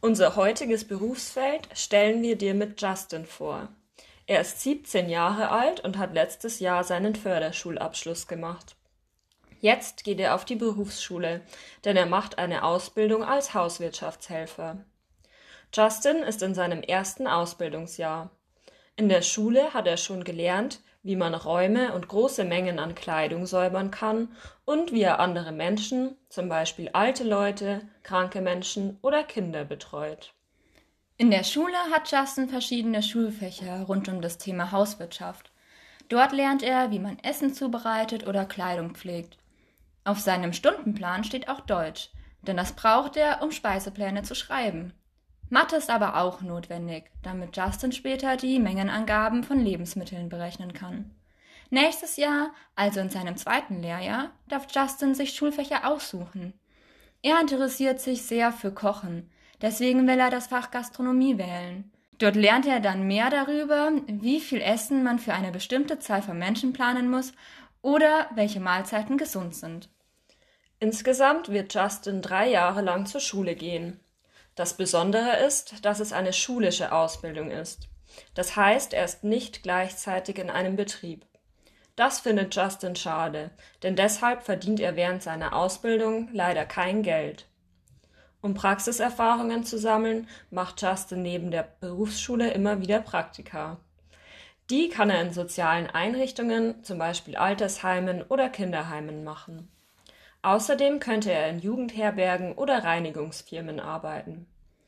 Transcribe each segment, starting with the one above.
Unser heutiges Berufsfeld stellen wir dir mit Justin vor. Er ist 17 Jahre alt und hat letztes Jahr seinen Förderschulabschluss gemacht. Jetzt geht er auf die Berufsschule, denn er macht eine Ausbildung als Hauswirtschaftshelfer. Justin ist in seinem ersten Ausbildungsjahr. In der Schule hat er schon gelernt, wie man Räume und große Mengen an Kleidung säubern kann und wie er andere Menschen, zum Beispiel alte Leute, kranke Menschen oder Kinder betreut. In der Schule hat Justin verschiedene Schulfächer rund um das Thema Hauswirtschaft. Dort lernt er, wie man Essen zubereitet oder Kleidung pflegt. Auf seinem Stundenplan steht auch Deutsch, denn das braucht er, um Speisepläne zu schreiben. Mathe ist aber auch notwendig, damit Justin später die Mengenangaben von Lebensmitteln berechnen kann. Nächstes Jahr, also in seinem zweiten Lehrjahr, darf Justin sich Schulfächer aussuchen. Er interessiert sich sehr für Kochen, deswegen will er das Fach Gastronomie wählen. Dort lernt er dann mehr darüber, wie viel Essen man für eine bestimmte Zahl von Menschen planen muss oder welche Mahlzeiten gesund sind. Insgesamt wird Justin 3 Jahre lang zur Schule gehen. Das Besondere ist, dass es eine schulische Ausbildung ist. Das heißt, er ist nicht gleichzeitig in einem Betrieb. Das findet Justin schade, denn deshalb verdient er während seiner Ausbildung leider kein Geld. Um Praxiserfahrungen zu sammeln, macht Justin neben der Berufsschule immer wieder Praktika. Die kann er in sozialen Einrichtungen, zum Beispiel Altersheimen oder Kinderheimen machen. Außerdem könnte er in Jugendherbergen oder Reinigungsfirmen arbeiten.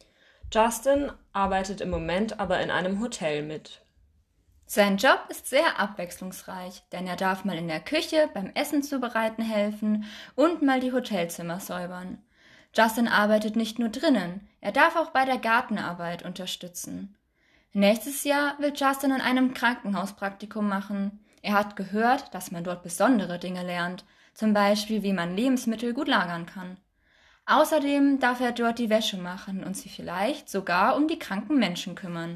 Justin arbeitet im Moment aber in einem Hotel mit. Sein Job ist sehr abwechslungsreich, denn er darf mal in der Küche beim Essen zubereiten helfen und mal die Hotelzimmer säubern. Justin arbeitet nicht nur drinnen, er darf auch bei der Gartenarbeit unterstützen. Nächstes Jahr will Justin in einem Krankenhaus Praktikum machen. Er hat gehört, dass man dort besondere Dinge lernt, zum Beispiel wie man Lebensmittel gut lagern kann. Außerdem darf er dort die Wäsche machen und sich vielleicht sogar um die kranken Menschen kümmern.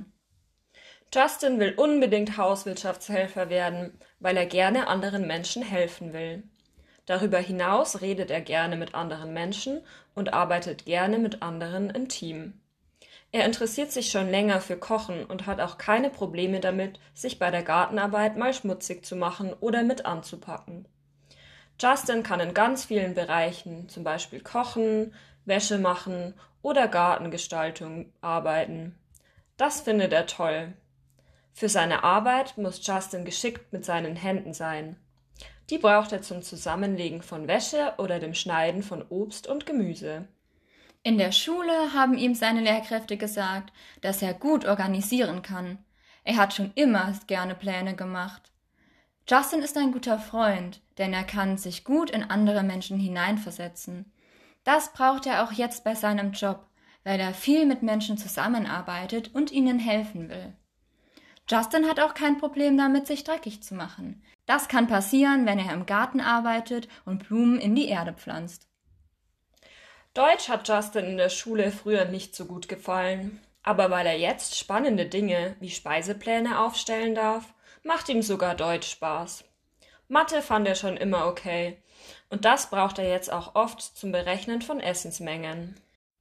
Justin will unbedingt Hauswirtschaftshelfer werden, weil er gerne anderen Menschen helfen will. Darüber hinaus redet er gerne mit anderen Menschen und arbeitet gerne mit anderen im Team. Er interessiert sich schon länger für Kochen und hat auch keine Probleme damit, sich bei der Gartenarbeit mal schmutzig zu machen oder mit anzupacken. Justin kann in ganz vielen Bereichen, zum Beispiel kochen, Wäsche machen oder Gartengestaltung arbeiten. Das findet er toll. Für seine Arbeit muss Justin geschickt mit seinen Händen sein. Die braucht er zum Zusammenlegen von Wäsche oder dem Schneiden von Obst und Gemüse. In der Schule haben ihm seine Lehrkräfte gesagt, dass er gut organisieren kann. Er hat schon immer gerne Pläne gemacht. Justin ist ein guter Freund, denn er kann sich gut in andere Menschen hineinversetzen. Das braucht er auch jetzt bei seinem Job, weil er viel mit Menschen zusammenarbeitet und ihnen helfen will. Justin hat auch kein Problem damit, sich dreckig zu machen. Das kann passieren, wenn er im Garten arbeitet und Blumen in die Erde pflanzt. Deutsch hat Justin in der Schule früher nicht so gut gefallen, aber weil er jetzt spannende Dinge wie Speisepläne aufstellen darf, macht ihm sogar Deutsch Spaß. Mathe fand er schon immer okay und das braucht er jetzt auch oft zum Berechnen von Essensmengen.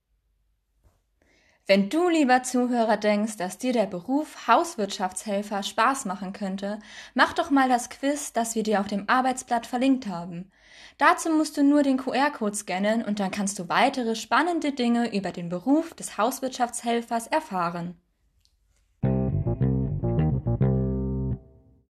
Wenn du, lieber Zuhörer, denkst, dass dir der Beruf Hauswirtschaftshelfer Spaß machen könnte, mach doch mal das Quiz, das wir dir auf dem Arbeitsblatt verlinkt haben. Dazu musst du nur den QR-Code scannen und dann kannst du weitere spannende Dinge über den Beruf des Hauswirtschaftshelfers erfahren.